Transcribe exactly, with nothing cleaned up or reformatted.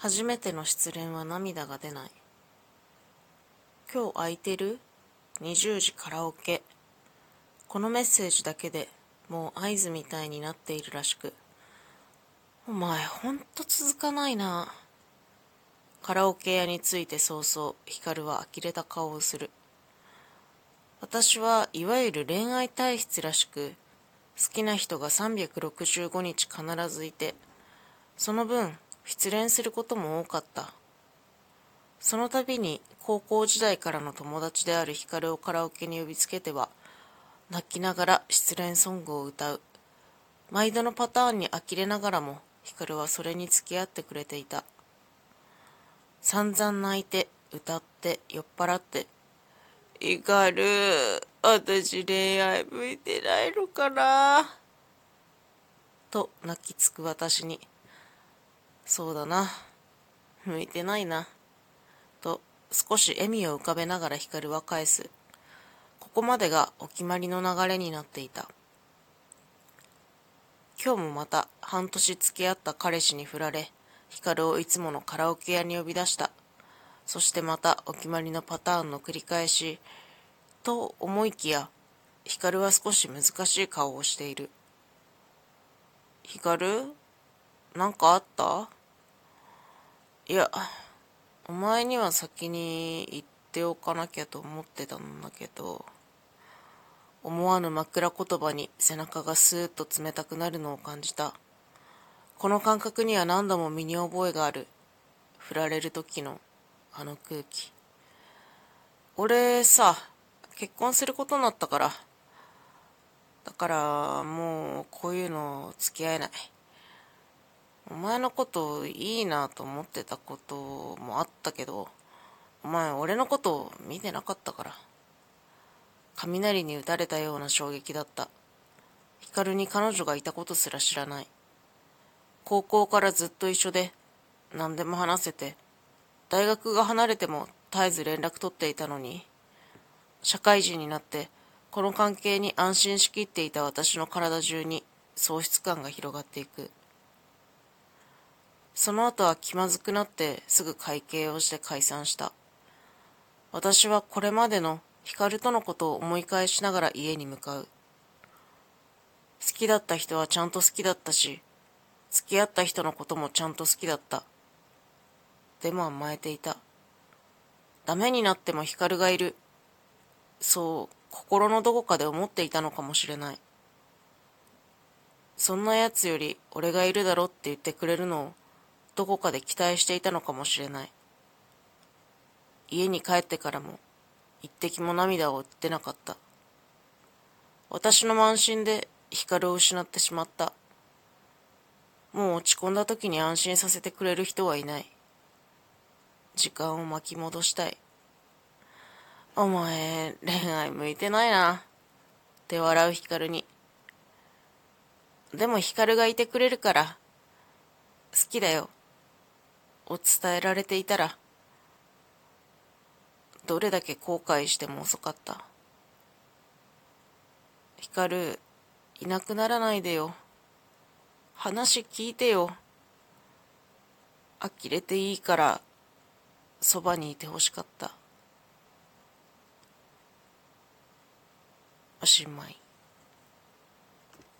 初めての失恋は涙が出ない。今日空いてる？ にじゅう 時カラオケ。このメッセージだけでもう合図みたいになっているらしく。お前ほんと続かないな。カラオケ屋に着いて早々、光は呆れた顔をする。私はいわゆる恋愛体質らしく、好きな人がさんびゃくろくじゅうごにち必ずいて、その分失恋することも多かった。その度に高校時代からの友達である光をカラオケに呼びつけては、泣きながら失恋ソングを歌う。毎度のパターンに呆れながらも、光はそれに付き合ってくれていた。散々泣いて、歌って、酔っ払って、光、私恋愛向いてないのかなと泣きつく私に、そうだな、向いてないな、と少し笑みを浮かべながら光は返す。ここまでがお決まりの流れになっていた。今日もまた半年付き合った彼氏に振られ、光をいつものカラオケ屋に呼び出した。そしてまたお決まりのパターンの繰り返し、と思いきや、光は少し難しい顔をしている。光？なんかあった？いや、お前には先に言っておかなきゃと思ってたんだけど、思わぬ枕言葉に背中がスーッと冷たくなるのを感じた。この感覚には何度も身に覚えがある。振られる時のあの空気。俺さ、結婚することになったから。だからもうこういうの付き合えない。お前のこといいなと思ってたこともあったけど、お前俺のこと見てなかったから。雷に打たれたような衝撃だった。光に彼女がいたことすら知らない。高校からずっと一緒で、何でも話せて、大学が離れても絶えず連絡取っていたのに、社会人になってこの関係に安心しきっていた私の体中に喪失感が広がっていく。その後は気まずくなってすぐ会計をして解散した。私はこれまでの光とのことを思い返しながら家に向かう。好きだった人はちゃんと好きだったし、付き合った人のこともちゃんと好きだった。でも甘えていた。ダメになっても光がいる。そう心のどこかで思っていたのかもしれない。そんな奴より俺がいるだろって言ってくれるのをどこかで期待していたのかもしれない。家に帰ってからも一滴も涙を売ってなかった。私の慢心で光を失ってしまった。もう落ち込んだ時に安心させてくれる人はいない。時間を巻き戻したい。お前恋愛向いてないなって笑う光に。でも光がいてくれるから好きだよを伝えられていたら、どれだけ後悔しても遅かった。光、いなくならないでよ。話聞いてよ。呆れていいからそばにいてほしかった。おしまい。